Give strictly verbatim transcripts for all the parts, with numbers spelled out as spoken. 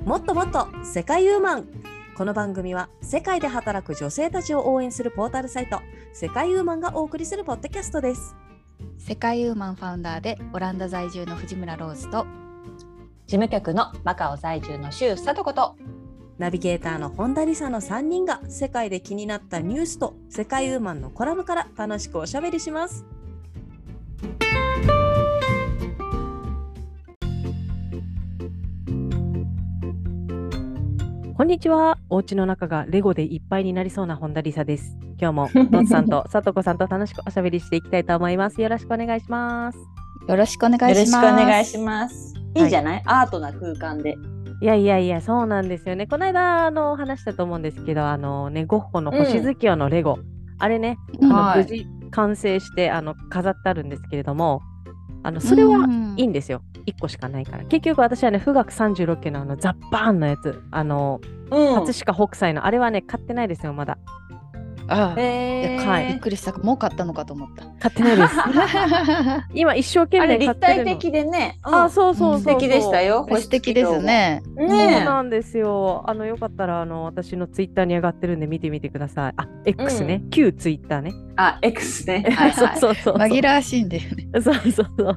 もっともっと世界ウーマン。この番組は世界で働く女性たちを応援するポータルサイト世界ウーマンがお送りするポッドキャストです。 世界ウーマンファウンダーでオランダ在住の藤村ローズと事務局のマカオ在住の周佐とことナビゲーターの本田理沙のさんにんが世界で気になったニュースと世界ウーマンのコラムから楽しくおしゃべりします。こんにちは。お家の中がレゴでいっぱいになりそうな本田理沙です。今日もロッさんとさとこさんと楽しくおしゃべりしていきたいと思います。よろしくお願いします。 よろしくお願いします。 よろしくお願いします。いいじゃない、はい、アートな空間で。 いやいやいや、そうなんですよね。この間あの話したと思うんですけど、あのね、ゴッホの星月夜のレゴ、うん、あれね、あの、はい、無事完成してあの飾ってあるんですけれども、あのそれはいいんですよ。いっこしかないから。結局私はね、富岳さんじゅうろっけのあのザッバーンのやつ、あの、うん、葛飾北斎のあれはね買ってないですよ、まだ。 ああ、えー、はい、びっくりした。もう買ったのかと思った。 買ってないです。今一生懸命買ってるの。 あれ立体的でね、 うん、あ、そうそうそうそう、 素敵でしたよ。 素敵ですね。 ね、そうなんですよ。あのよかったらあの私のツイッターに上がってるんで見てみてください。あ、X ね、うん、旧ツイッターね。 あ、X ね。 はいはい、そうそうそう。紛らわしいんだよね。 そうそうそうそう。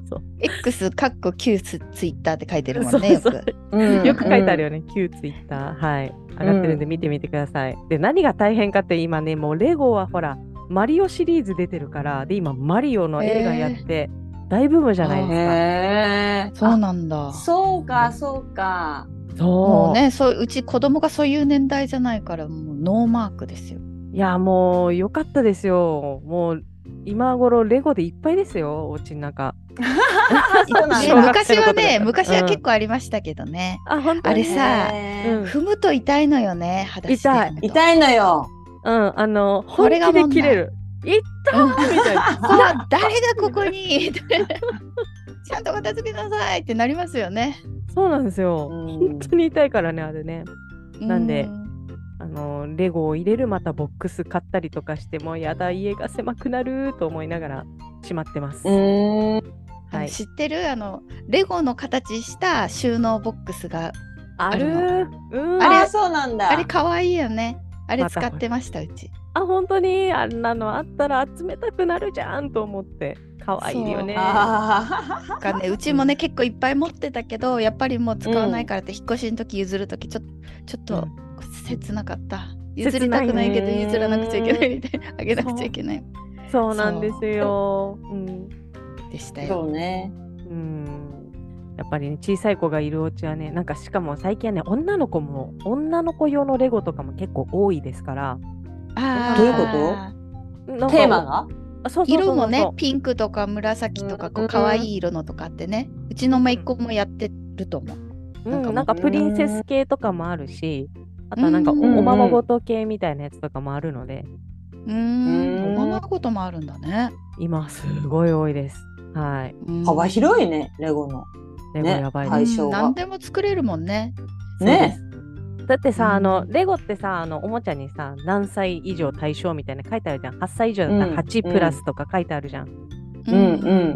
X かっこ旧ツイッターって書いてるもんね。よく、 うん、よく書いてあるよね。旧ツイッター、はい。上がってるんで見てみてください。うん、で、何が大変かって今ね、もうレゴはほらマリオシリーズ出てるから、で今マリオの映画やって大ブームじゃないですか。 へー、そうなんだ。 そうかそうか。 そうもうね、そううち子供がそういう年代じゃないからもうノーマークですよ。 いやもうよかったですよ。もう今頃レゴでいっぱいですよ、お家の中。 昔はね、昔は結構ありましたけどね。 うん、あ、本当にあれさ、うん、踏むと痛いのよね。裸足で踏むと痛いのよ。 うん、あの本気で切れる。いったーみたいな。 そう誰がここにちゃんと片付けなさいってなりますよね。 そうなんですよ。本当に痛いからね、あれね。なんで、あのレゴを入れるまたボックス買ったりとかしても、やだ家が狭くなると思いながらしまってます。 うーん、はい、知ってるあのレゴの形した収納ボックスがあるの。 ある。 うん、あれ、あ、そうなんだ。 あれ可愛いよね。あれ使ってました、うち。 あ、本当にあんなのあったら集めたくなるじゃんと思って。可愛いよね。 かね、うちもね結構いっぱい持ってたけど、やっぱりもう使わないからって、うん、引っ越しの時譲る時ちょちょっと切なかった、うん、譲りたくないけど譲らなくちゃいけないみたいな、あげなくちゃいけない。 そうなんですよ。うん、 でしたよ。 そうね。 うん。やっぱりね、小さい子がいるお家はね、なんかしかも最近はね、女の子も女の子用のレゴとかも結構多いですから。 あ、どういうこと？テーマが？ あ、そうそうそうそう、 色もね、ピンクとか紫とかこう可愛い色のとかってね、うちの姪っ子もやってると思う。 うん、なんか、なんかプリンセス系とかもあるし、あとはなんかおままごと系みたいなやつとかもあるので。 うーん、おままごともあるんだね。 今すごい多いです。はい。 幅広いね、レゴの。 レゴやばいね、対象が。 何でも作れるもんね。 ね。 だってさ、あのレゴってさ、あのおもちゃにさ、何歳以上対象みたいな書いてあるじゃん。はっさい以上だったらはちプラスとか書いてあるじゃん。 うんうん。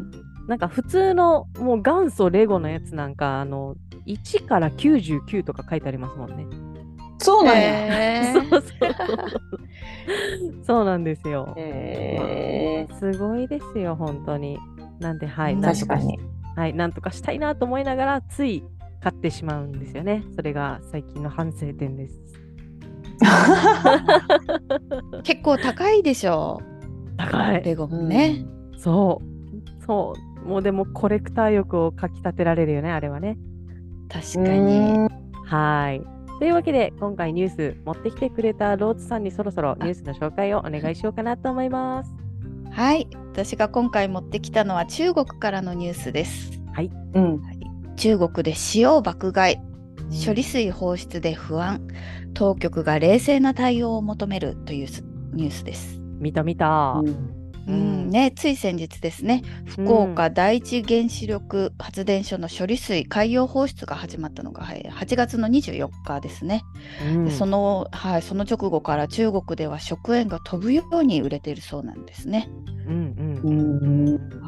なんか普通のもう元祖レゴのやつなんか、あのいちからきゅうじゅうきゅうとか書いてありますもんね。 そうなんや。 そうそうそうそうなんですよ。 へー、すごいですよ本当に。なんで、はい、 確かに、 はい、なんとかしたいなと思いながらつい買ってしまうんですよね。それが最近の反省点です。 結構高いでしょ。 高い。 レゴもね。 うん、そうそう。もうでもコレクター欲をかきたてられるよね、あれはね。 確かに。 はい。というわけで今回ニュース持ってきてくれたローズさんにそろそろニュースの紹介をお願いしようかなと思います。 はい、私が今回持ってきたのは中国からのニュースです。 はい、 うん、はい、中国で塩爆買い、処理水放出で不安、当局が冷静な対応を求めるというニュースです。 見た見た、 うんうんね、つい先日ですね、福岡第一原子力発電所の処理水海洋放出が始まったのがはちがつのにじゅうよっかですね。うん、でその、はい、その直後から中国では食塩が飛ぶように売れているそうなんですね。うんうんうん、はい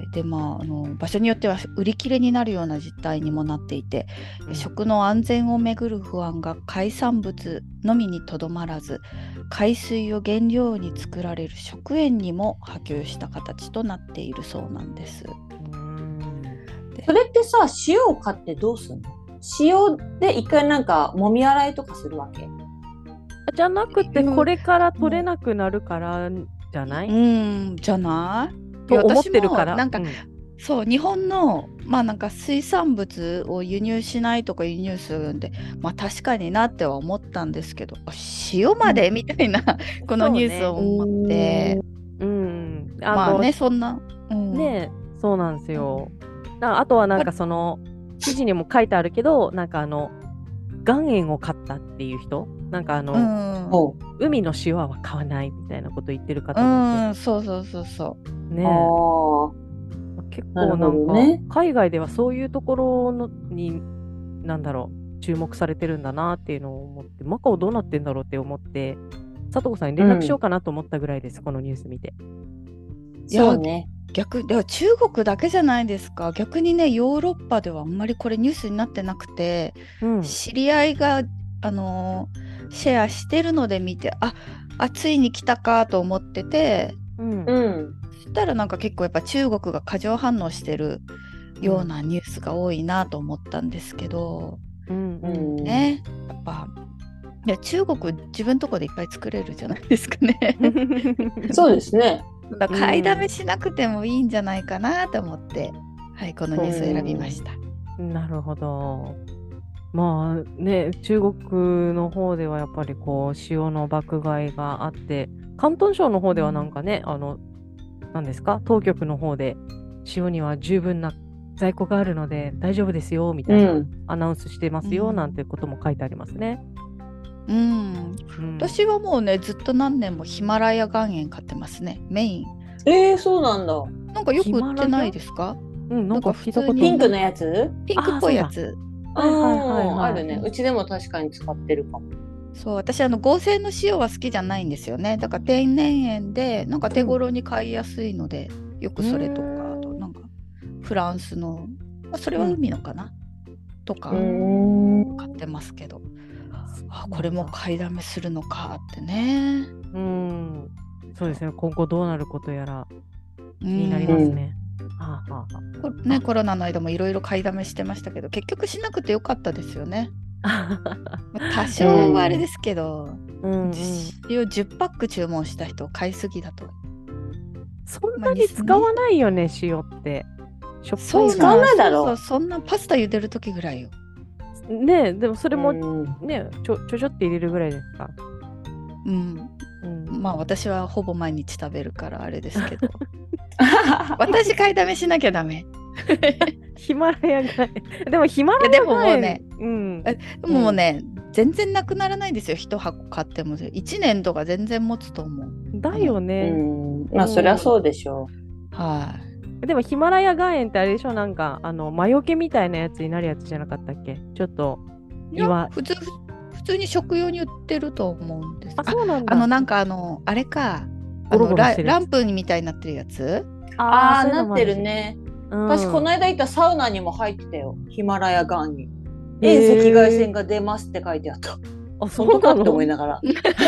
で、まあ、あの場所によっては売り切れになるような実態にもなっていて、 うん食の安全をめぐる不安が海産物のみにとどまらず、海水を原料に作られる食塩にも波及した形となっているそうなんです。 うんでそれってさ、塩を買ってどうすんの？塩で一回なんか揉み洗いとかするわけ？ じゃなくて、 うんこれから取れなくなるからじゃない、 うんじゃないと思ってるから。 私もなんか、 うんそう日本のまあなんか水産物を輸入しないとか輸入するんで、まあ確かになっては思ったんですけど、あ塩まで、みたいなこのニュースを思って、 うん、あのまあねそんな、うん、 ねそうなんですよ。だあとはなんかその記事にも書いてあるけど、なんかあの岩塩を買ったっていう人、なんかあの、 うんおう海の塩は買わないみたいなこと言ってる方うもいん、そうそうそうそて、ねあー結なる構なんか、 ほどね海外ではそういうところのになんだろう注目されてるんだなっていうのを思って、マカオどうなってんだろうって思って、佐藤さんに連絡しようかなと思ったぐらいです、このニュース見て。 いやそうね。 う。逆では中国だけじゃないですか。逆にねヨーロッパではあんまりこれニュースになってなくて、 うん、 知り合いがあのーシェアしてるので見て、ああついに来たかと思ってて、 うんうん。 そしたらなんか結構やっぱ中国が過剰反応してるようなニュースが多いなと思ったんですけど、 うんうんうんねやっぱいや中国自分のとこでいっぱい作れるじゃないですかね。 そうですね。 だから買いだめしなくてもいいんじゃないかなと思って、はい、このニュースを選びました。 なるほど。まあね、中国の方ではやっぱりこう塩の爆買いがあって、広東省の方ではなんかね、あの、何ですか、当局の方で塩には十分な在庫があるので大丈夫ですよみたいなうん。 アナウンスしてますよ、 うんなんてことも書いてありますね。 うん、 うん、 私はもうねずっと何年もヒマラヤ岩塩買ってますね、メイン。 えー、そうなんだ。 なんかよく売ってないですか？ うん、なんか聞いたことなんか普通にピンクのやつ？ ピンクっぽいやつ。 はいはいはいうんはいあるね。うちでも確かに使ってるかも。 そう私あの合成の塩は好きじゃないんですよね。だから天然塩でなんか手頃に買いやすいので、よくそれとか、 うんあとなんかフランスの、まあ、それは海のかな、とかん。 買ってますけど、あこれも買いだめするのかってね。 うん、そうですね、今後どうなることやら気気になりますね。はあはあはこね、コロナの間もいろいろ買いだめしてましたけど、結局しなくてよかったですよね。 あまあ多少はあれですけど、 うんうん、 塩じゅっパック注文した人買いすぎだと。 そんなに使わないよね、塩って。しょっぱいそう使わないだろそうそうそんなパスタ茹でる時ぐらいよ。 ねえ、でもそれもうんね、ちょちょちょって入れるぐらいですか。 うん、 うん、 まあ私はほぼ毎日食べるからあれですけど私買いだめしなきゃダメ。 ヒマラヤがでもヒマラヤいやでももうね、 うん、 えでももうね、全然なくならないんですよ。一箱買ってもいちねんとか全然持つと思う。 だようね、 ん。まあそりゃそうでしょはい、 でもヒマラヤ岩塩ってあれでしょ、なんかあの魔除けみたいなやつになるやつじゃなかったっけ？ちょっといや岩普通普通に食用に売ってると思うんです。 あ、そうなんだ。 あのなんかあのあれかあゴロのラゴロしてるやつランプみたいになってるやつ。 ああそういうのもなってるね。 うん、 私この間行ったサウナにも入ってたよ。ヒマラヤ岩塩。 へー遠赤外線が出ますって書いてあった。 あ、そ本当かうなのって思いながら。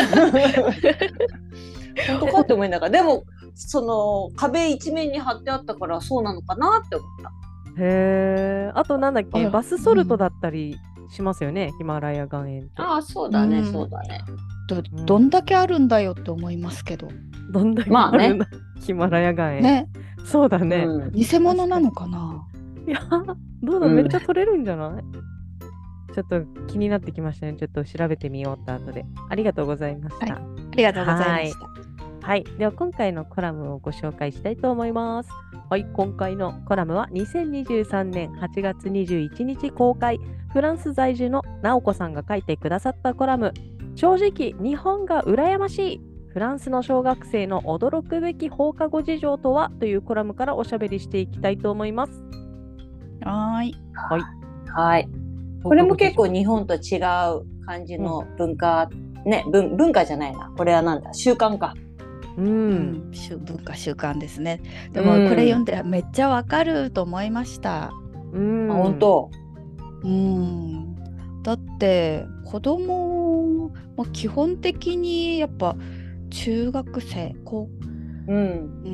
本当かって思いながら。でもその壁一面に貼ってあったからそうなのかなって思った。 へえ。あとなんだっけ、 あバスソルトだったりしますよね、ヒマラヤ岩塩って。 ああそうだね、 うんそうだね。 どんどんだけあるんだよって思いますけどどんだけまあねあるんだ、ヒマラヤ岩塩。 ね。 そうだね。 うん偽物なのかな。 いや、どうだ、 うんめっちゃ取れるんじゃない？ちょっと気になってきましたね。ちょっと調べてみようって後で。ありがとうございました。 はありがとうございました。 はい。では、今回のコラムをご紹介したいと思います。はい。今回のコラムはにせんにじゅうさんねんはちがつにじゅういちにち公開、フランス在住の直子さんが書いてくださったコラム、正直、日本が羨ましい。フランスの小学生の驚くべき放課後事情とはというコラムからおしゃべりしていきたいと思います。 はーい。 はい。これも結構日本と違う感じの文化、ね、文文化じゃないな。これはなんだ習慣か。 ううんん、習文化習慣ですね。でもこれ読んでめっちゃわかると思いました。 うんあ、本当。 うんだって子供も基本的にやっぱ中学生こう、 うんうん、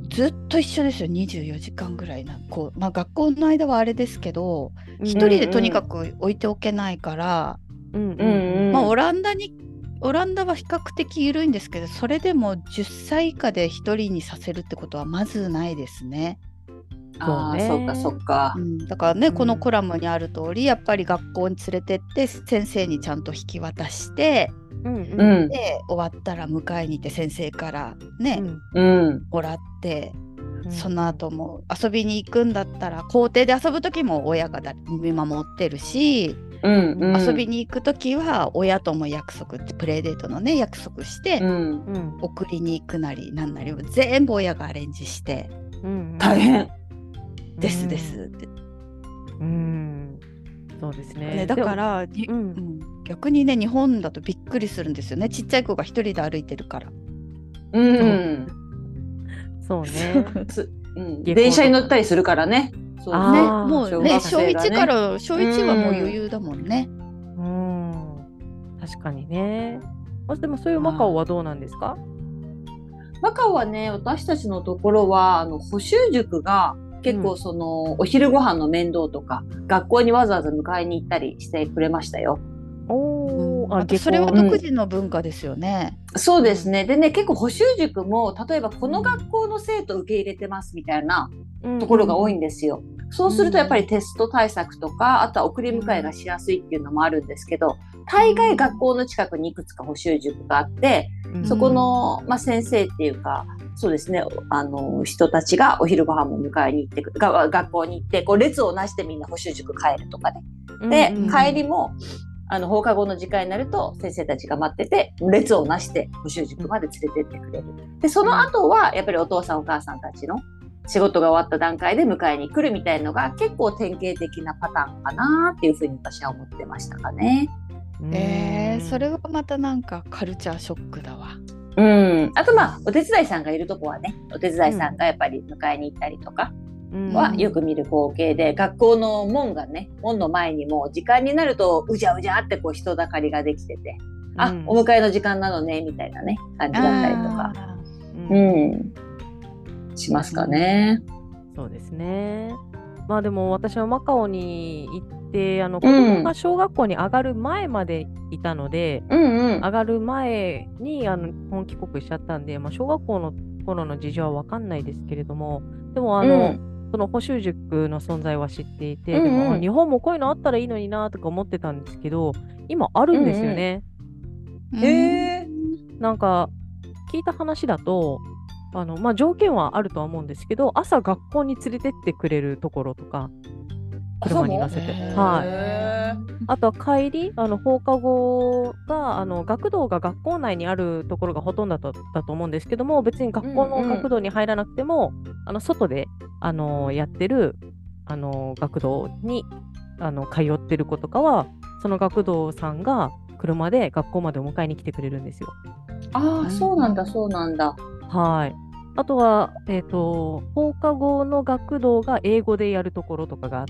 ずっと一緒ですよ。にじゅうよじかんぐらいなこう、まあ、学校の間はあれですけどうん一人でとにかく置いておけないから、 うんうんうんまあ、オランダにオランダは比較的緩いんですけど、それでもじゅっさい以下で一人にさせるってことはまずないですね。 ああ、そうかそうか。 うん、だからね、 うんこのコラムにある通りやっぱり学校に連れてって先生にちゃんと引き渡してうんううんんで終わったら迎えに行って先生からね、 うんもらってうんその後も遊びに行くんだったら校庭で遊ぶ時も親がだ見守ってるし、 うんうん。 遊びに行く時は親とも約束プレイデートのね約束して、 うん。 うん送りに行くなりなんなりを全部親がアレンジしてうん大変。 ですですって、 うんそうですねね、だから、にうんうん逆にね日本だとびっくりするんですよね。ちっちゃい子が一人で歩いてるから。 うん。 そうねすうん。 下校とか電車に乗ったりするからね。そうあね、 ーもうね小学生がね小いちから小いちはもう余裕だもんね。 うん確かにね。あでもそういうマカオはどうなんですか？ マカオはね、私たちのところはあの補習塾が結構その、お昼ご飯の面倒とか学校にわざわざ迎えに行ったりしてくれましたよ。 おーまたそれは下校独自の文化ですよね。 そうですね。でね、結構補習塾も例えばこの学校の生徒受け入れてますみたいなところが多いんですよ。そうするとやっぱりテスト対策とか、あとは送り迎えがしやすいっていうのもあるんですけど、大概学校の近くにいくつか補習塾があって、 うんそこの、まあ、先生っていうか、そうですね、あの人たちがお昼ご飯も迎えに行ってくが学校に行ってこう列をなしてみんな補習塾帰るとかね。で、 うんうん帰りもあの放課後の時間になると先生たちが待ってて列をなして補習塾まで連れてってくれる。でその後はやっぱりお父さんお母さんたちの仕事が終わった段階で迎えに来るみたいのが結構典型的なパターンかなっていうふうに私は思ってましたかね。 うんえー、それはまたなんかカルチャーショックだわ。 うん、あとまあお手伝いさんがいるとこはね、お手伝いさんがやっぱり迎えに行ったりとかはよく見る光景で、学校の門がね、門の前にも時間になるとうじゃうじゃってこう人だかりができてて、あ、 うんお迎えの時間なのねみたいなね感じだったりとか、 あうんうん、しますかね。 そうですね。まあでも私はマカオに行ってあの子供が小学校に上がる前までいたので、 うんうん上がる前にあの本帰国しちゃったんで、まあ、小学校の頃の事情は分かんないですけれども、でもあの、 うんその補習塾の存在は知っていて、 うんうんでもあ日本もこういうのあったらいいのになとか思ってたんですけど、今あるんですよね。 ーへーなんか聞いた話だとあの、まあ、条件はあるとは思うんですけど、朝学校に連れてってくれるところとか車に乗せて、 へーはい、 へあとは帰りあの放課後があの学童が学校内にあるところがほとんどだとだと思うんですけども、別に学校のうんうん学童に入らなくても、あの外であのやってるあの学童にあの通ってる子とかはその学童さんが車で学校までお迎えに来てくれるんですよ。 ああ、そうなんだそうなんだ。 はい。あとは、えっと、放課後の学童が英語でやるところとかがあって、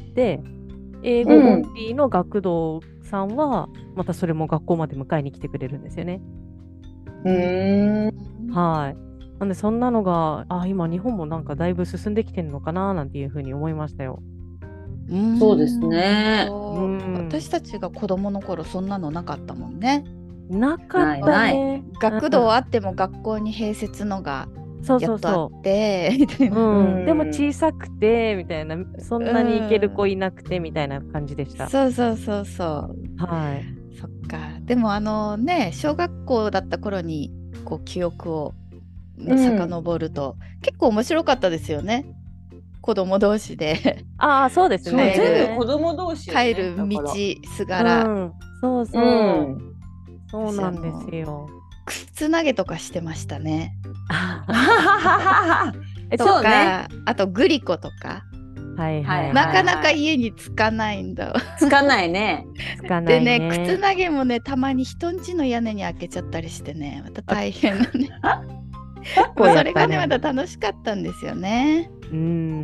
英語オンリーの学童さんは、またそれも学校まで迎えに来てくれるんですよね。 うーん。 はい。なんで、そんなのが、あ、今、日本もなんかだいぶ進んできてるのかな、なんていうふうに思いましたよ。 うんそうですねそううん私たちが子供の頃そんなのなかったもんね。 なかったね。 学童あっても学校に併設のがそうやっとあそうそ。 ってみたいうな。 うん、 うんでも小さくてみたいな、そんなに行ける子いなくてみたいな感じでした。 そうそうそうそうはい。 そっか。でもあのね小学校だった頃にこう記憶をうん遡ると、結構面白かったですよね。子供同士でああ、そうですそう、 ね。 全部子供同士よね、 帰る道だからすがら、 うん、そうそう、 うん。 そうなんですよ。 靴投げとかしてましたね。 えとか、 そうね。 あとグリコとか、 はいはい、はい、 なかなか家につかないんだ。 つかないね。 つかなでいね。 ね靴投げもねたまに人ん家の屋根に開けちゃったりしてねまた大変なね。 構やったねそれがねまだ楽しかったんですよね。 うん。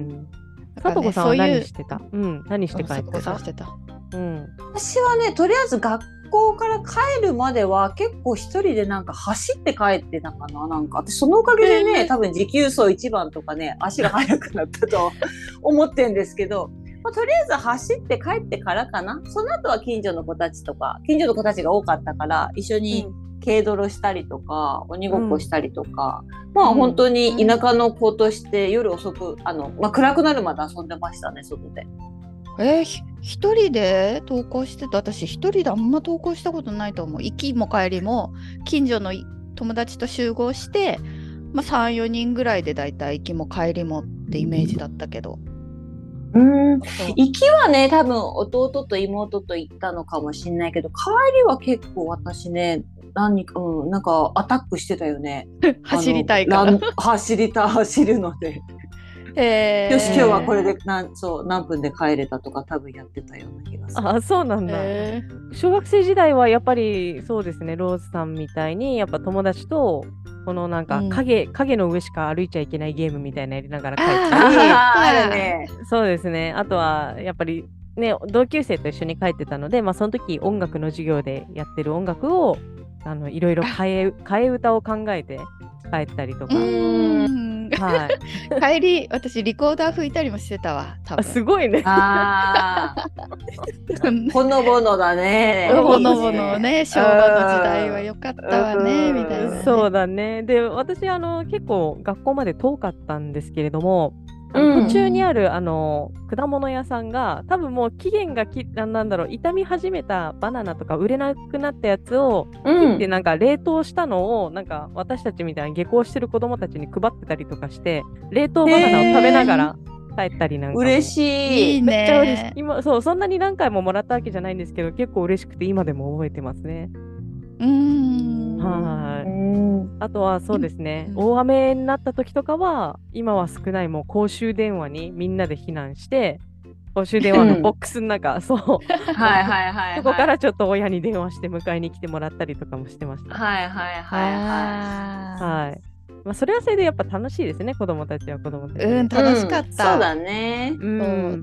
だからねさとこさんはそういう何してた？うん、何して帰ってさとこさんた？ してた。 うん。 私はね、とりあえず学校から帰るまでは結構一人でなんか走って帰ってたかな。なんか私そのおかげでね、 えー多分持久走一番とかね、足が速くなったと思ってんですけど、まあ、とりあえず走って帰ってからかな。その後は近所の子たちとか、近所の子たちが多かったから一緒に軽泥したりとか、鬼ごっこしたりとか、うん、まあ本当に田舎の子として夜遅く、あの、まあ暗くなるまで遊んでましたね、外で。 えー、ひ一人で登校してた。私一人であんま登校したことないと思う。行きも帰りも近所の友達と集合して、まあ、さん、よにんぐらいでだいたい行きも帰りもってイメージだったけど。 うん、行きはね多分弟と妹と行ったのかもしれないけど、帰りは結構私ね何か、うん、なんかアタックしてたよね。 走りたいから走りた走るのでえー、 よし今日はこれで何そう何分で帰れたとか多分やってたような気がする。 あ、そうなんだ、えー、小学生時代はやっぱりそうですね、ローズさんみたいにやっぱ友達とこのなんか影、うん、影の上しか歩いちゃいけないゲームみたいなやりながら帰ったり、 あるね。 そうですね。あとはやっぱりね、同級生と一緒に帰ってたので、まあその時音楽の授業でやってる音楽をあのいろいろ替え替え歌を考えて帰ったりとか。 はい、帰り私リコーダー吹いたりもしてたわ。多分すごいね。 あほのぼのだね。 ほのぼのね、昭和の時代は良かったわねみたいな、ね。 そうだね。で私あの結構学校まで遠かったんですけれども、あの途中にある、うん、あの果物屋さんが多分もう期限がきなんだろう傷み始めたバナナとか売れなくなったやつを切ってなんか冷凍したのを、うん、なんか私たちみたいに下校してる子供たちに配ってたりとかして冷凍バナナを食べながら帰ったりなんか嬉しい。 いいね。 めっちゃ嬉しい。今そうそんなに何回ももらったわけじゃないんですけど結構嬉しくて今でも覚えてますね。 うーんはい。あとはそうですね、うん、大雨になった時とかは今は少ないもう公衆電話にみんなで避難して公衆電話のボックスの中、うん、そうはいはいはい、はい、 そこからちょっと親に電話して迎えに来てもらったりとかもしてました。 はいはいはいはい、 はい。まあ、それはそれでやっぱ楽しいですね、子供たちは子供たち。 うん、楽しかった、 うん、そうだね、 うん、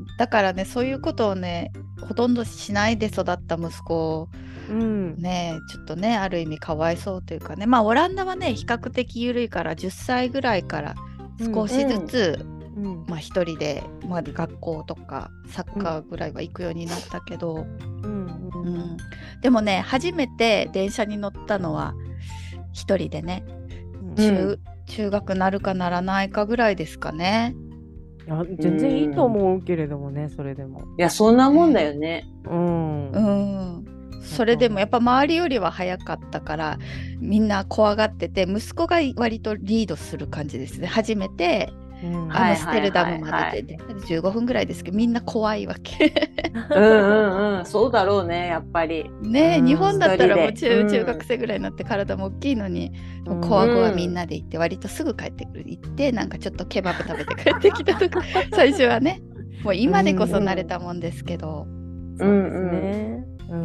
だからねそういうことをねほとんどしないで育った息子うん、ねちょっとねある意味かわいそうというかね、まあオランダはね比較的緩いからじゅっさいぐらいから少しずつ、うんうん、まあ一人で、まあ、学校とかサッカーぐらいは行くようになったけど、うんうん、でもね初めて電車に乗ったのは一人でね、中、うん、中学なるかならないかぐらいですかね。 いや全然いいと思うけれどもね、それでも。 いやそんなもんだよね。 うん、 うんそれでもやっぱ周りよりは早かったからみんな怖がってて息子が割とリードする感じですね。初めて、うん、アムステルダムまででじゅうごふんぐらいですけどみんな怖いわけうんうんうんそうだろうねやっぱりね、うん、日本だったらもう 中, 中学生ぐらいになって体も大きいのに、うん、もうこわごわみんなで行って割とすぐ帰ってくる行ってなんかちょっとケバブ食べて帰ってきたとか最初はねもう今でこそ慣れたもんですけど、 うん、そうですね、うん、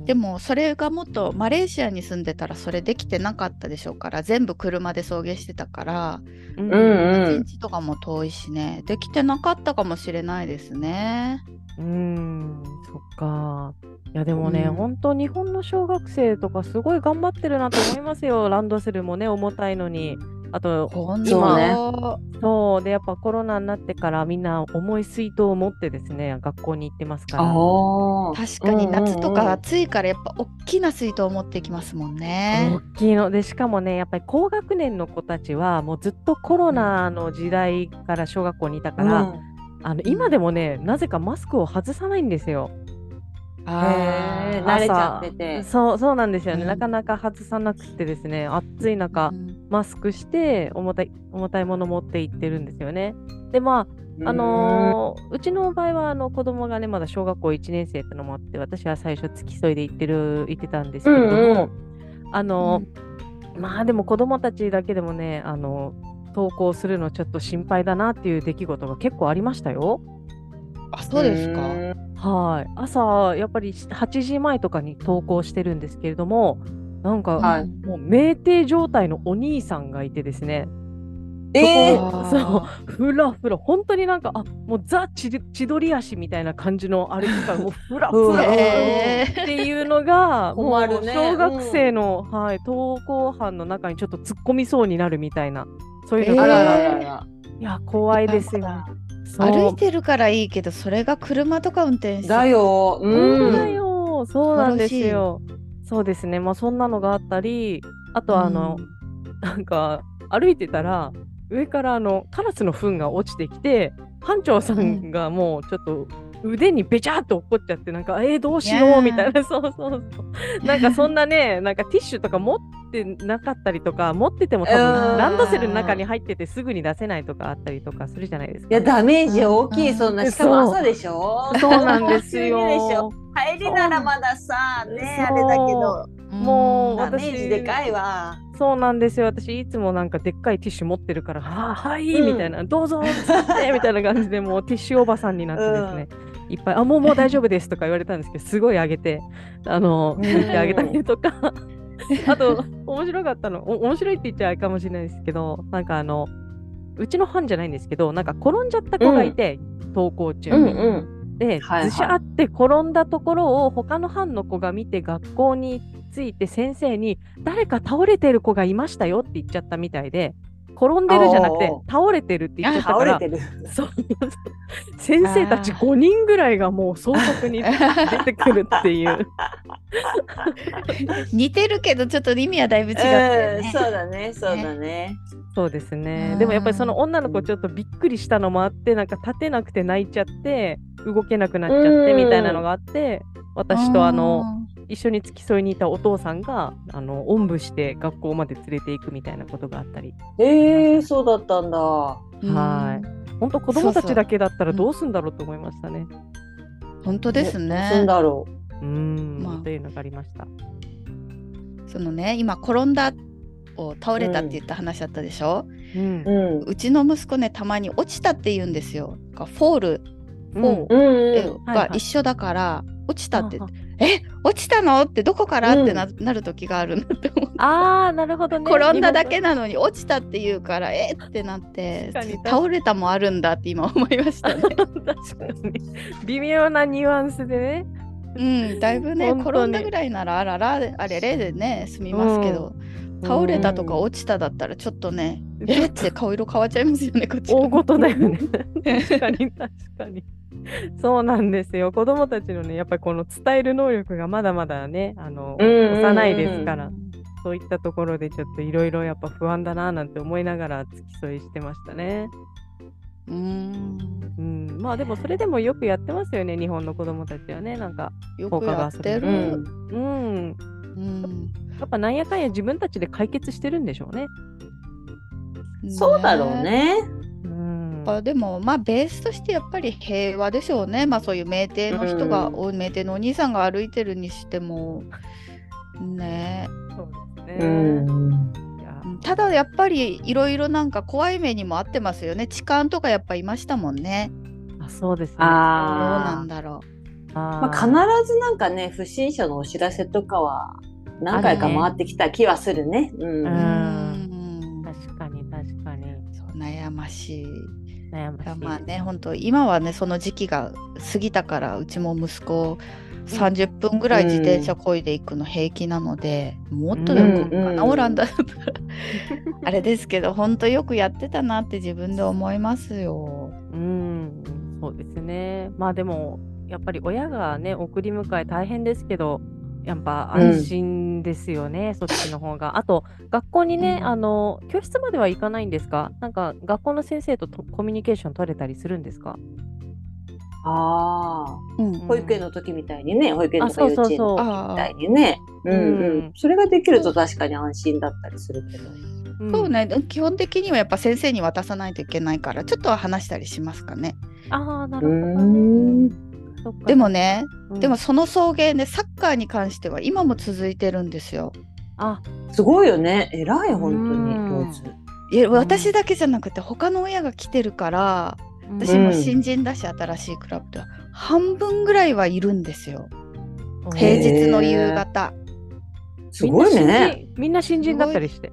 でもそれがもっとマレーシアに住んでたらそれできてなかったでしょうから全部車で送迎してたから、うんうん、いちにちとかも遠いしねできてなかったかもしれないですね。 うーんそっか。いやでもね、うん、本当日本の小学生とかすごい頑張ってるなと思いますよ。ランドセルもね重たいのにあと今ねそうでやっぱコロナになってからみんな重い水筒を持ってですね学校に行ってますから。 確かに夏とか暑いからやっぱ大きな水筒を持っていきますもんね。 大きいのでしかもねやっぱり高学年の子たちはもうずっとコロナの時代から小学校にいたから、うん、あの今でもねなぜかマスクを外さないんですよ。 へ慣れちゃっててそうそうなんですよね、うん、なかなか外さなくてですね暑い中、うん、マスクして重たい重たいもの持って行ってるんですよね。でまああのー、うちの場合はあの子供がねまだ小学校いちねん生ってのもあって私は最初付き添いで行ってる行ってたんですけれども、うんうん、あのーうん、まあでも子供たちだけでもねあの登校するのちょっと心配だなっていう出来事が結構ありましたよ。 あ、そうですか。 はい、朝やっぱりはちじまえとかに登校してるんですけれどもなんか、はい、もう酩酊状態のお兄さんがいてですねえー、そうふらふら本当になんかあもうザ千千鳥足みたいな感じの歩き方もうふらふらっていうのがもう小学生の、はい、登校班の中にちょっと突っ込みそうになるみたいなそういうのが、えー、いや怖いですよ。 歩いてるからいいけどそれが車とか運転してだよ、 うん、だよそうなんですよ。そうですねまあそんなのがあったりあとあの、うん、なんか歩いてたら上からあのカラスの糞が落ちてきて班長さんがもうちょっと腕にべちゃっと落っこっちゃってなんかえー、どうしようみたいなそうそうそうなんかそんなねなんかティッシュとか持ってなかったりとか持ってても多分ランドセルの中に入っててすぐに出せないとかあったりとかするじゃないですか。 いやダメージ大きいそんなしかも朝でしょ。 そうなんですよ。 帰りならまださねあれだけどもうダメージでかいわ。 そうなんですよ。私いつもなんかでっかいティッシュ持ってるから、はあ、はい、うん、みたいな、どうぞ使ってみたいな感じでもうティッシュおばさんになってですね、うん、いっぱい、あ、もうもう大丈夫ですとか言われたんですけど、すごいあげて、あの、拭いてあげたりとか、あと、面白かったの、お面白いって言っちゃいかもしれないですけど、なんかあの、うちの班じゃないんですけど、なんか転んじゃった子がいて、うん、登校中に。うんうんで、はいはい、ずしゃって転んだところを他の班の子が見て学校に着いて先生に誰か倒れてる子がいましたよって言っちゃったみたいで転んでるじゃなくて倒れてるって言っちゃったからそう先生たちごにんぐらいがもう総督に出てくるっていう似てるけどちょっと意味はだいぶ違って、ねうん、そうだねそうだねそうですね。でもやっぱりその女の子ちょっとびっくりしたのもあってなんか立てなくて泣いちゃって動けなくなっちゃってみたいなのがあって私とあの一緒に付き添いにいたお父さんがあのおんぶして学校まで連れていくみたいなことがあったり。 えー、そうだったんだ。 はい。本当子供たちだけだったらどうすんだろうと思いましたね。 本当ですね。 どうすんだろう。うん、まあ、というのがありました。 そのね今転んだを倒れたって言った話だったでしょ、 うん、 うちの息子ねたまに落ちたって言うんですよ。フォール、フォーが一緒だから落ちたって、はいはい、え落ちたのってどこから、うん、って な, なる時があるなって思って。 あーなるほどね。 転んだだけなのに落ちたって言うからえってなって倒れたもあるんだって今思いましたね。確かに微妙なニュアンスでね。 うんだいぶね転んだぐらいならあららあれれでね済みますけど、うん、倒れたとか落ちただったらちょっとね、うん、えって顔色変わっちゃいますよねこっち。 大事だよね。確かに確かに。そうなんですよ。子供たちのねやっぱりこの伝える能力がまだまだねあの幼いですから、そういったところでちょっといろいろやっぱ不安だななんて思いながら付き添いしてましたね。 うーんうん、まあでもそれでもよくやってますよね日本の子供たちはねなんかよくやってる。 うん、うんうん、やっぱなんやかんや自分たちで解決してるんでしょうね。 そうだろうね。 うん、あでもまあベースとしてやっぱり平和でしょうね。まあそういう名店の人が、うん、名店のお兄さんが歩いてるにしてもね。 そうですね。うんただやっぱりいろいろなんか怖い目にもあってますよね。痴漢とかやっぱいましたもんね。 あそうですね。 あどうなんだろう。あ、まあ、必ずなんかね不審者のお知らせとかは何回か回ってきた気はするね。うん、 うん確かに確かに。 そう悩ましい。 悩ましい。 まあね本当今はねその時期が過ぎたからうちも息子さんじゅっぷんぐらい自転車こいでいくの平気なので、うん、もっとでもかな、うん、オランダだったらあれですけど本当よくやってたなって自分で思いますよ。 うんそうですね。まあでもやっぱり親がね送り迎え大変ですけどやっぱ安心ですよね、うん、そっちの方が。あと学校にね、うん、あの教室までは行かないんですか？なんか学校の先生とコミュニケーション取れたりするんですか？ ああ、うん、保育園の時みたいにね、保育園とか幼稚園の時みたいにね、うんうん、それができると確かに安心だったりするけど、 うん、そうね、基本的にはやっぱ先生に渡さないといけないからちょっとは話したりしますかね。 ああ、なるほどね。 でもね、うん、でもその送迎ね、サッカーに関しては今も続いてるんですよ。 あ、すごいよね、偉い本当に上手。 いや、私だけじゃなくて他の親が来てるから、私も新人だし、うん、新しいクラブでは半分ぐらいはいるんですよ。平日の夕方。 すごいね。 みんな新人だったりして。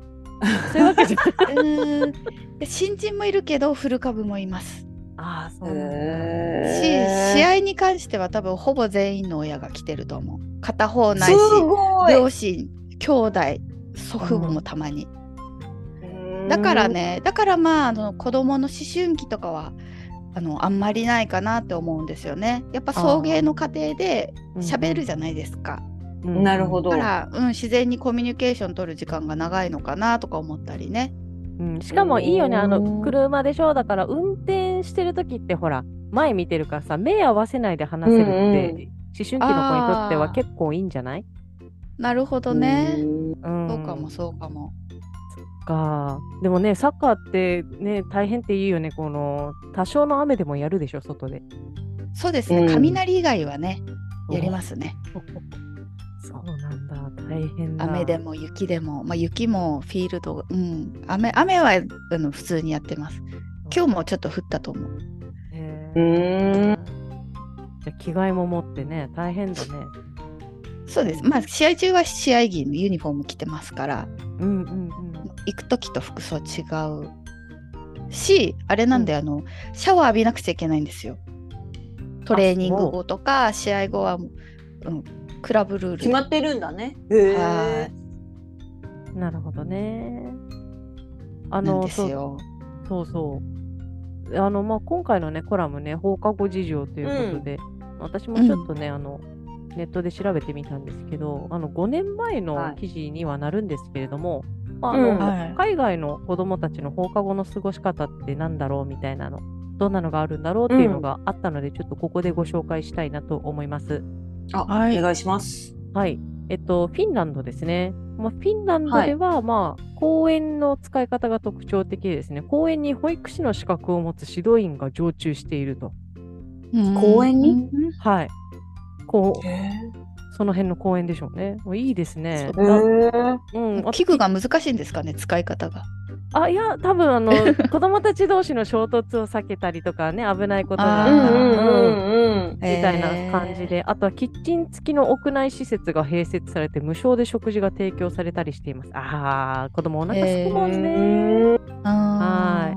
そういうわけじゃない。 うーんで新人もいるけどフル株もいます。 ああ、そうなんだ。 し試合に関しては多分ほぼ全員の親が来てると思う。片方ないしすごい。 両親兄弟祖父母もたまに、だからねだからまああの子供の思春期とかはあのあんまりないかなって思うんですよね。やっぱ送迎の過程で喋るじゃないですか。 うんなるほど。 だから、うん、自然にコミュニケーション取る時間が長いのかなとか思ったりね。 うん、しかもいいよね、あの車でしょ。だから運転してる時ってほら前見てるからさ、目合わせないで話せるって、 うんうん、 思春期の子にとっては結構いいんじゃない？ なるほどね、 うん、 そうかもそうかも。 そっか。でもね、サッカーってね大変っていいよね。この多少の雨でもやるでしょ、外で。 そうですね、うん、雷以外はねやりますね。 そうなんだ、大変だ。 雨でも雪でも、まあ、雪もフィールド、うん、雨, 雨はあの普通にやってます。今日もちょっと降ったと思う。 へー。じゃあ着替えも持ってね、大変だね。 そうです。まあ試合中は試合着のユニフォーム着てますから、 うんうんうん、 行く時と服装違うし、あれなんで、うん、あのシャワー浴びなくちゃいけないんですよ。トレーニング後とか試合後は、うん、クラブルール決まってるんだね。 へー。なるほどね。あのですよ。 そうそうそう。あのまあ今回のねコラムね、放課後事情ということで、うん、私もちょっとね、うん、あのネットで調べてみたんですけど、あのごねんまえの記事にはなるんですけれども、はい、あの、うんはい、海外の子どもたちの放課後の過ごし方ってなんだろうみたいなの、どんなのがあるんだろうっていうのがあったので、うん、ちょっとここでご紹介したいなと思います。 あ、はい、お願いします。 はい。えっと、フィンランドですね。まあ、フィンランドでは、はい、まあ、公園の使い方が特徴的でですね、公園に保育士の資格を持つ指導員が常駐していると。 公園に？ はい。こう、その辺の公園でしょうね。もういいですね。 うん、器具が難しいんですかね、使い方が。 あ、いや、多分あの子供たち同士の衝突を避けたりとかね、危ないことがあったら、みたいな感じで、あとはキッチン付きの屋内施設が併設されて無償で食事が提供されたりしています。ああ、子供お腹すくもんね。はい。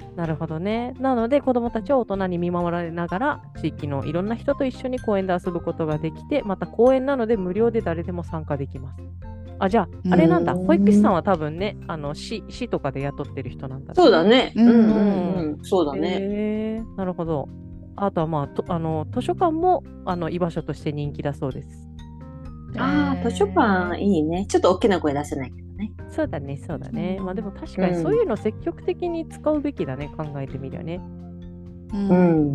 なるほどね。なので子供たちは大人に見守られながら地域のいろんな人と一緒に公園で遊ぶことができて、また公園なので無料で誰でも参加できます。あ、じゃあ、あれなんだ、保育士さんは多分ね、あの市、市とかで雇ってる人なんだ、ね。 そうだね。うんうんうん。そうだね。 へー、なるほど。あとはまあ、とあの図書館もあの居場所として人気だそうです。 ああ、図書館いいね。ちょっと大きな声出せないけどね。 そうだね、そうだね。まあでも確かにそういうの積極的に使うべきだね、考えてみるよね。 うん。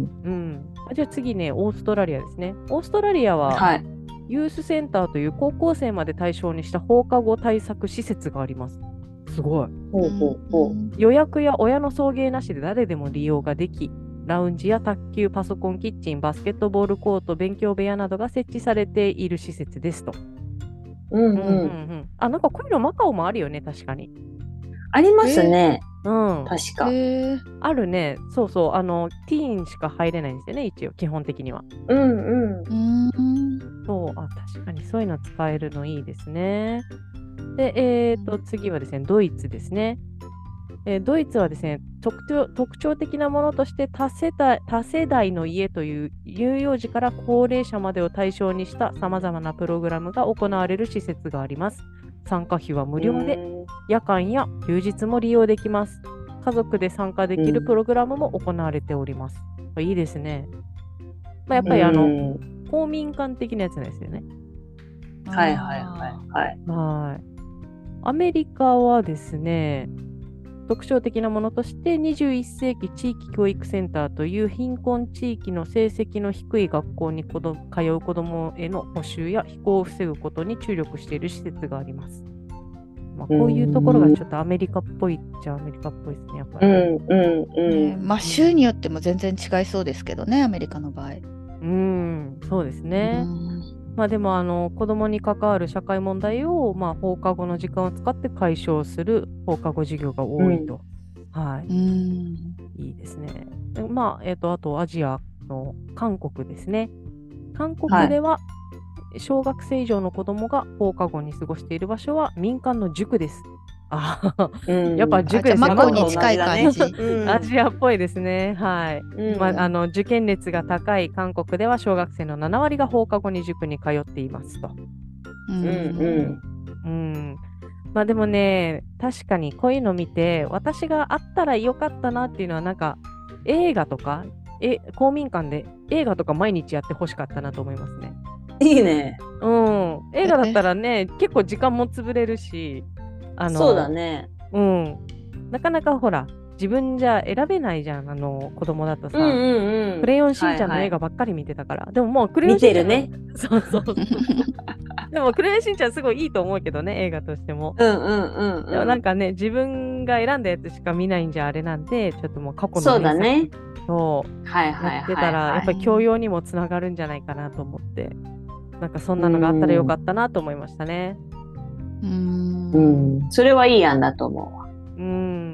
うん。あ、じゃあ次ね、オーストラリアですね。オーストラリアは、はい、ユースセンターという高校生まで対象にした放課後対策施設があります。すごい。 ほうほうほう。 予約や親の送迎なしで誰でも利用ができ、ラウンジや卓球、パソコン、キッチン、バスケットボールコート、勉強部屋などが設置されている施設ですと。 うんうん。 うんうんうん、あ、なんかこういうのマカオもあるよね、確かに。 ありますね。 うん、 確か。 あるね。そうそう。あの、ティーンしか入れないんですよね、一応、基本的には。 うんうん。 そう、あ、確かにそういうの使えるのいいですね。で、えーと、次はですね、ドイツですね。えー、ドイツはですね、特徴、特徴的なものとして多世代、多世代の家という乳幼児から高齢者までを対象にしたさまざまなプログラムが行われる施設があります。参加費は無料で、夜間や休日も利用できます。家族で参加できるプログラムも行われております。うん、いいですね。まあ、やっぱりあの、公民館的なやつですよね。 はいはいはいはい。 はい。アメリカはですね、特徴的なものとしてにじゅういっ世紀地域教育センターという貧困地域の成績の低い学校に子ど通う子どもへの補習や非行を防ぐことに注力している施設があります。まあ、こういうところがちょっとアメリカっぽいっちゃアメリカっぽいですね、やっぱり。 うんうんうん。 まあ州によっても全然違いそうですけどね、アメリカの場合。 うん、そうですね。まあでもあの子どもに関わる社会問題を、まあ、放課後の時間を使って解消する放課後授業が多いと。うん、はい。うん、いいですね。でまあ、えっと、あとアジアの韓国ですね。韓国では小学生以上の子どもが放課後に過ごしている場所は民間の塾です。 あうん、 やっぱ塾ですね。 マカオに近い感じ。 うん、 アジアっぽいですね。はい。 うん、 まあ、あの受験熱が高い韓国では小学生のなな割が放課後に塾に通っていますと。 ううんうんうん。まあでもね、確かにこういうの見て、私があったらよかったなっていうのは、なんか映画とか、え公民館で映画とか毎日やってほしかったなと思いますね。 いいね。 うん。映画だったらね、結構時間も潰れるし、あの、 そうだね。 うん。なかなかほら、自分じゃ選べないじゃん、あの子供だとさ。 うんうんうん。 クレヨンしんちゃんの映画ばっかり見てたから。でももうクレヨンしんちゃんの。 見てるね。 そうそうそう。でもクレヨンしんちゃんすごいいいと思うけどね、映画としても。 うんうんうんうん。 でもなんかね、自分が選んだやつしか見ないんじゃあれなんで、ちょっともう過去のそうだね。 そうはいはいやってたら、 はいはい。 やっぱり教養にもつながるんじゃないかなと思って、なんかそんなのがあったらよかったなと思いましたね。 うーんうん。それはいい案だと思うわ。 うん、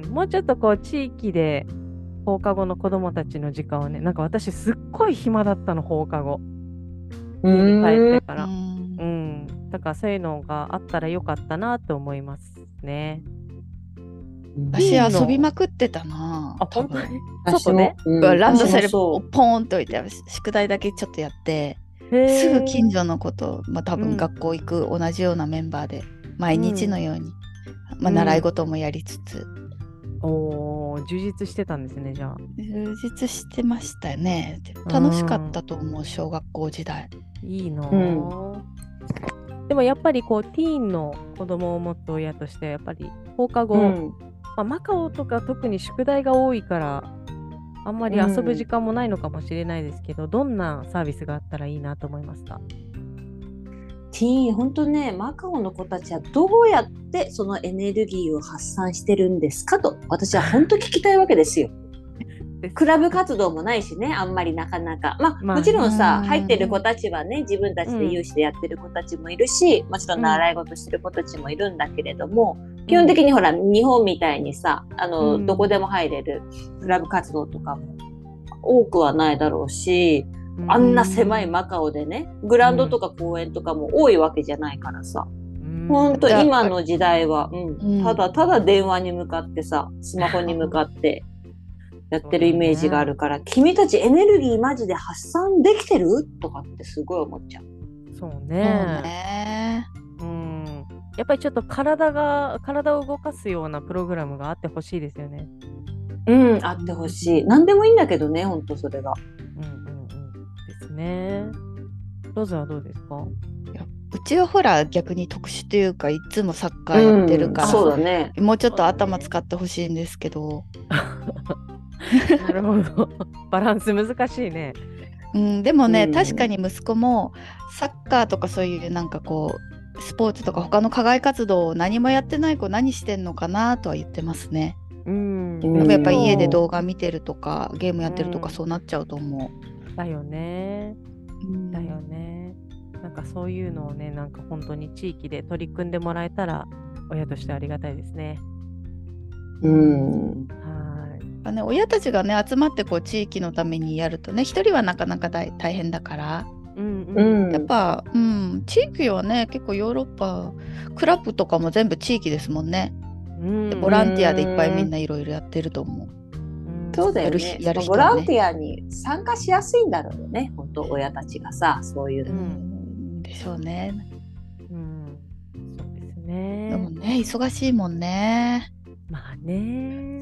もうちょっとこう地域で放課後の子供たちの時間をね、なんか私すっごい暇だったの、放課後。家に帰ってから。 ううんん。だからそういうのがあったらよかったなと思いますね。 私遊びまくってたな。 あ、本当に私も外で、 うんランドセルを私もそうポーンと置いて宿題だけちょっとやってすぐ近所の子と、まあ、多分学校行く同じようなメンバーで毎日のように、まあ、習い事もやりつつ、 おー、充実してたんですね、じゃあ。 充実してましたよね。楽しかったと思う、小学校時代。 いいなぁ、 うんでもやっぱりこうティーンの子供を持つ親としてやっぱり放課後、 うんまあ、マカオとか特に宿題が多いからあんまり遊ぶ時間もないのかもしれないですけど、うん、どんなサービスがあったらいいなと思いますか？ ティーン、本当ね、マカオの子たちはどうやってそのエネルギーを発散してるんですかと私は本当聞きたいわけですよ。クラブ活動もないしね、あんまりなかなか。まあ、まあ、もちろんさ、入ってる子たちはね、自分たちで有志でやってる子たちもいるし、うん、もちろん習い事してる子たちもいるんだけれども、うん、基本的にほら、日本みたいにさ、あの、うん、どこでも入れるクラブ活動とかも多くはないだろうし、うん、あんな狭いマカオでね、グラウンドとか公園とかも多いわけじゃないからさ、ほんと今の時代は、うん、ただただ電話に向かってさ、スマホに向かってやってるイメージがあるから、ね、君たちエネルギーマジで発散できてるとかってすごい思っちゃう。 そうね。 そうね。 うん。やっぱりちょっと体が体を動かすようなプログラムがあってほしいですよね。 うん、あってほしい。何でもいいんだけどね、ほんとそれが。 うんうんうん。ですね。ロズはどうですか？ いやうちはほら逆に特殊というかいつもサッカーやってるから、うん、 そうだね、 もうちょっと頭使ってほしいんですけど。 なるほど。バランス難しいね。 うん、でもね、うん、確かに息子もサッカーとかそういうなんかこうスポーツとか他の課外活動を何もやってない子何してんのかなとは言ってますね。 うん、 でもやっぱり家で動画見てるとかゲームやってるとかそうなっちゃうと思う。 だよね。だよね。なんかそういうのをね、なんか本当に地域で取り組んでもらえたら親としてありがたいですね。 うん。 はい。ね、親たちがね集まってこう地域のためにやるとね一人はなかなか大変だから、 うんうん、 やっぱ、うん、地域はね結構ヨーロッパクラブとかも全部地域ですもんね。うん、でボランティアでいっぱいみんないろいろやってると思う。 うん、そうだよね。やる人はね、ボランティアに参加しやすいんだろうよね。本当親たちがさそういうの、うん、 でしょうね。 うん、そうですね。 でもね忙しいもんね。 まあね。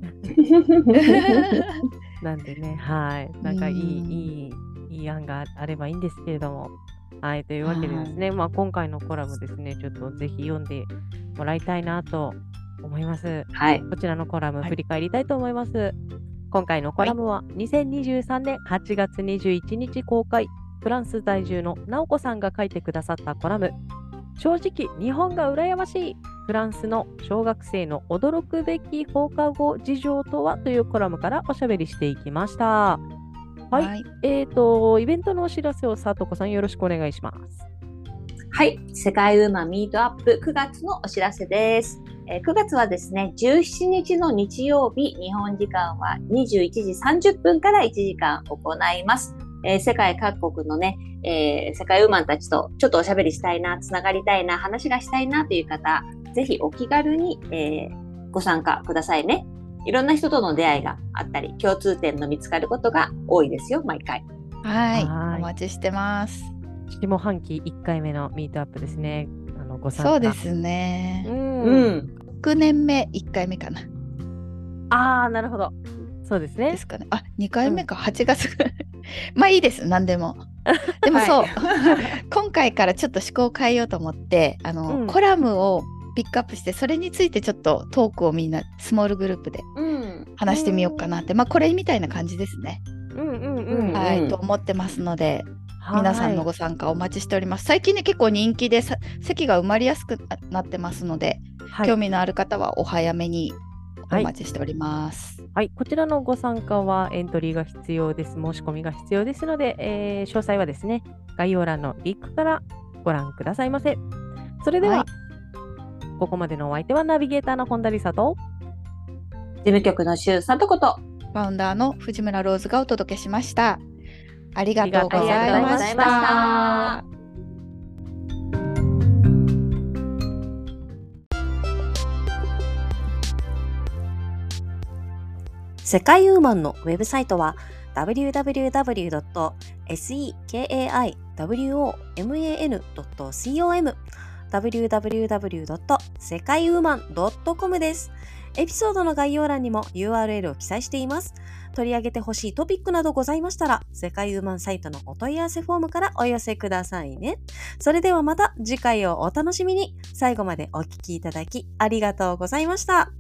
なんでね、はい、なんかいい、いい、いい案があればいいんですけれども、はい、というわけでですね、まあ今回のコラムですね、ちょっとぜひ読んでもらいたいなと思います。 はい。 こちらのコラム振り返りたいと思います。はい、今回のコラムはにせんにじゅうさんねんはちがつにじゅういちにち公開、フランス在住のなおこさんが書いてくださったコラム、正直日本が羨ましいフランスの小学生の驚くべき放課後事情とはというコラムからおしゃべりしていきました。はい、はい、えーとイベントのお知らせをさとこさんよろしくお願いします。 はい、世界ウーマンミートアップくがつのお知らせです。えー、くがつはですね、じゅうしちにちの日曜日、日本時間はにじゅういちじさんじゅっぷんからいちじかん行います。えー、世界各国のね、えー、世界ウーマンたちとちょっとおしゃべりしたいな、つながりたいな、話がしたいなという方、 ぜひお気軽に、えー、ご参加くださいね。いろんな人との出会いがあったり、共通点の見つかることが多いですよ、毎回。 はい、 はいお待ちしてます。 下半期いっかいめのミートアップですね。あのご参加。 そうですね。 う。 うんん。 ろくねんめいっかいめかな。 ああ、なるほど。そうですねで。すかね。あ、にかいめか、はちがつぐらい。まあいいです、何でも。でもそう、 はい今回からちょっと思考を変えようと思って、あの、 うんコラムをピックアップして、それについてちょっとトークをみんなスモールグループでうん。 話してみようかなって、まあこれみたいな感じですね。 うんうんうん。 うんはい、と思ってますので、 はい皆さんのご参加お待ちしております。最近ね、結構人気でさ席が埋まりやすくなってますので、 はい興味のある方はお早めにおはい待ちしております。 はい、こちらのご参加はエントリーが必要です。申し込みが必要ですので、えー詳細はですね、概要欄のリンクからご覧くださいませ。それでは、 はいここまでのお相手はナビゲーターの本田理沙と、 事務局の周さとこと。 ファウンダーの藤村ローズがお届けしました。ありがとうごありざいましがとうございまた。 世界ウーマンのウェブサイトは ダブリューダブリューダブリュードットセカイウォーマンドットコム ダブリューダブリューダブリュードットセカイウーマンドットコム です。エピソードの概要欄にも ユーアールエル を記載しています。取り上げてほしいトピックなどございましたら、世界ウーマンサイトのお問い合わせフォームからお寄せくださいね。それではまた次回をお楽しみに。最後までお聞きいただきありがとうございました。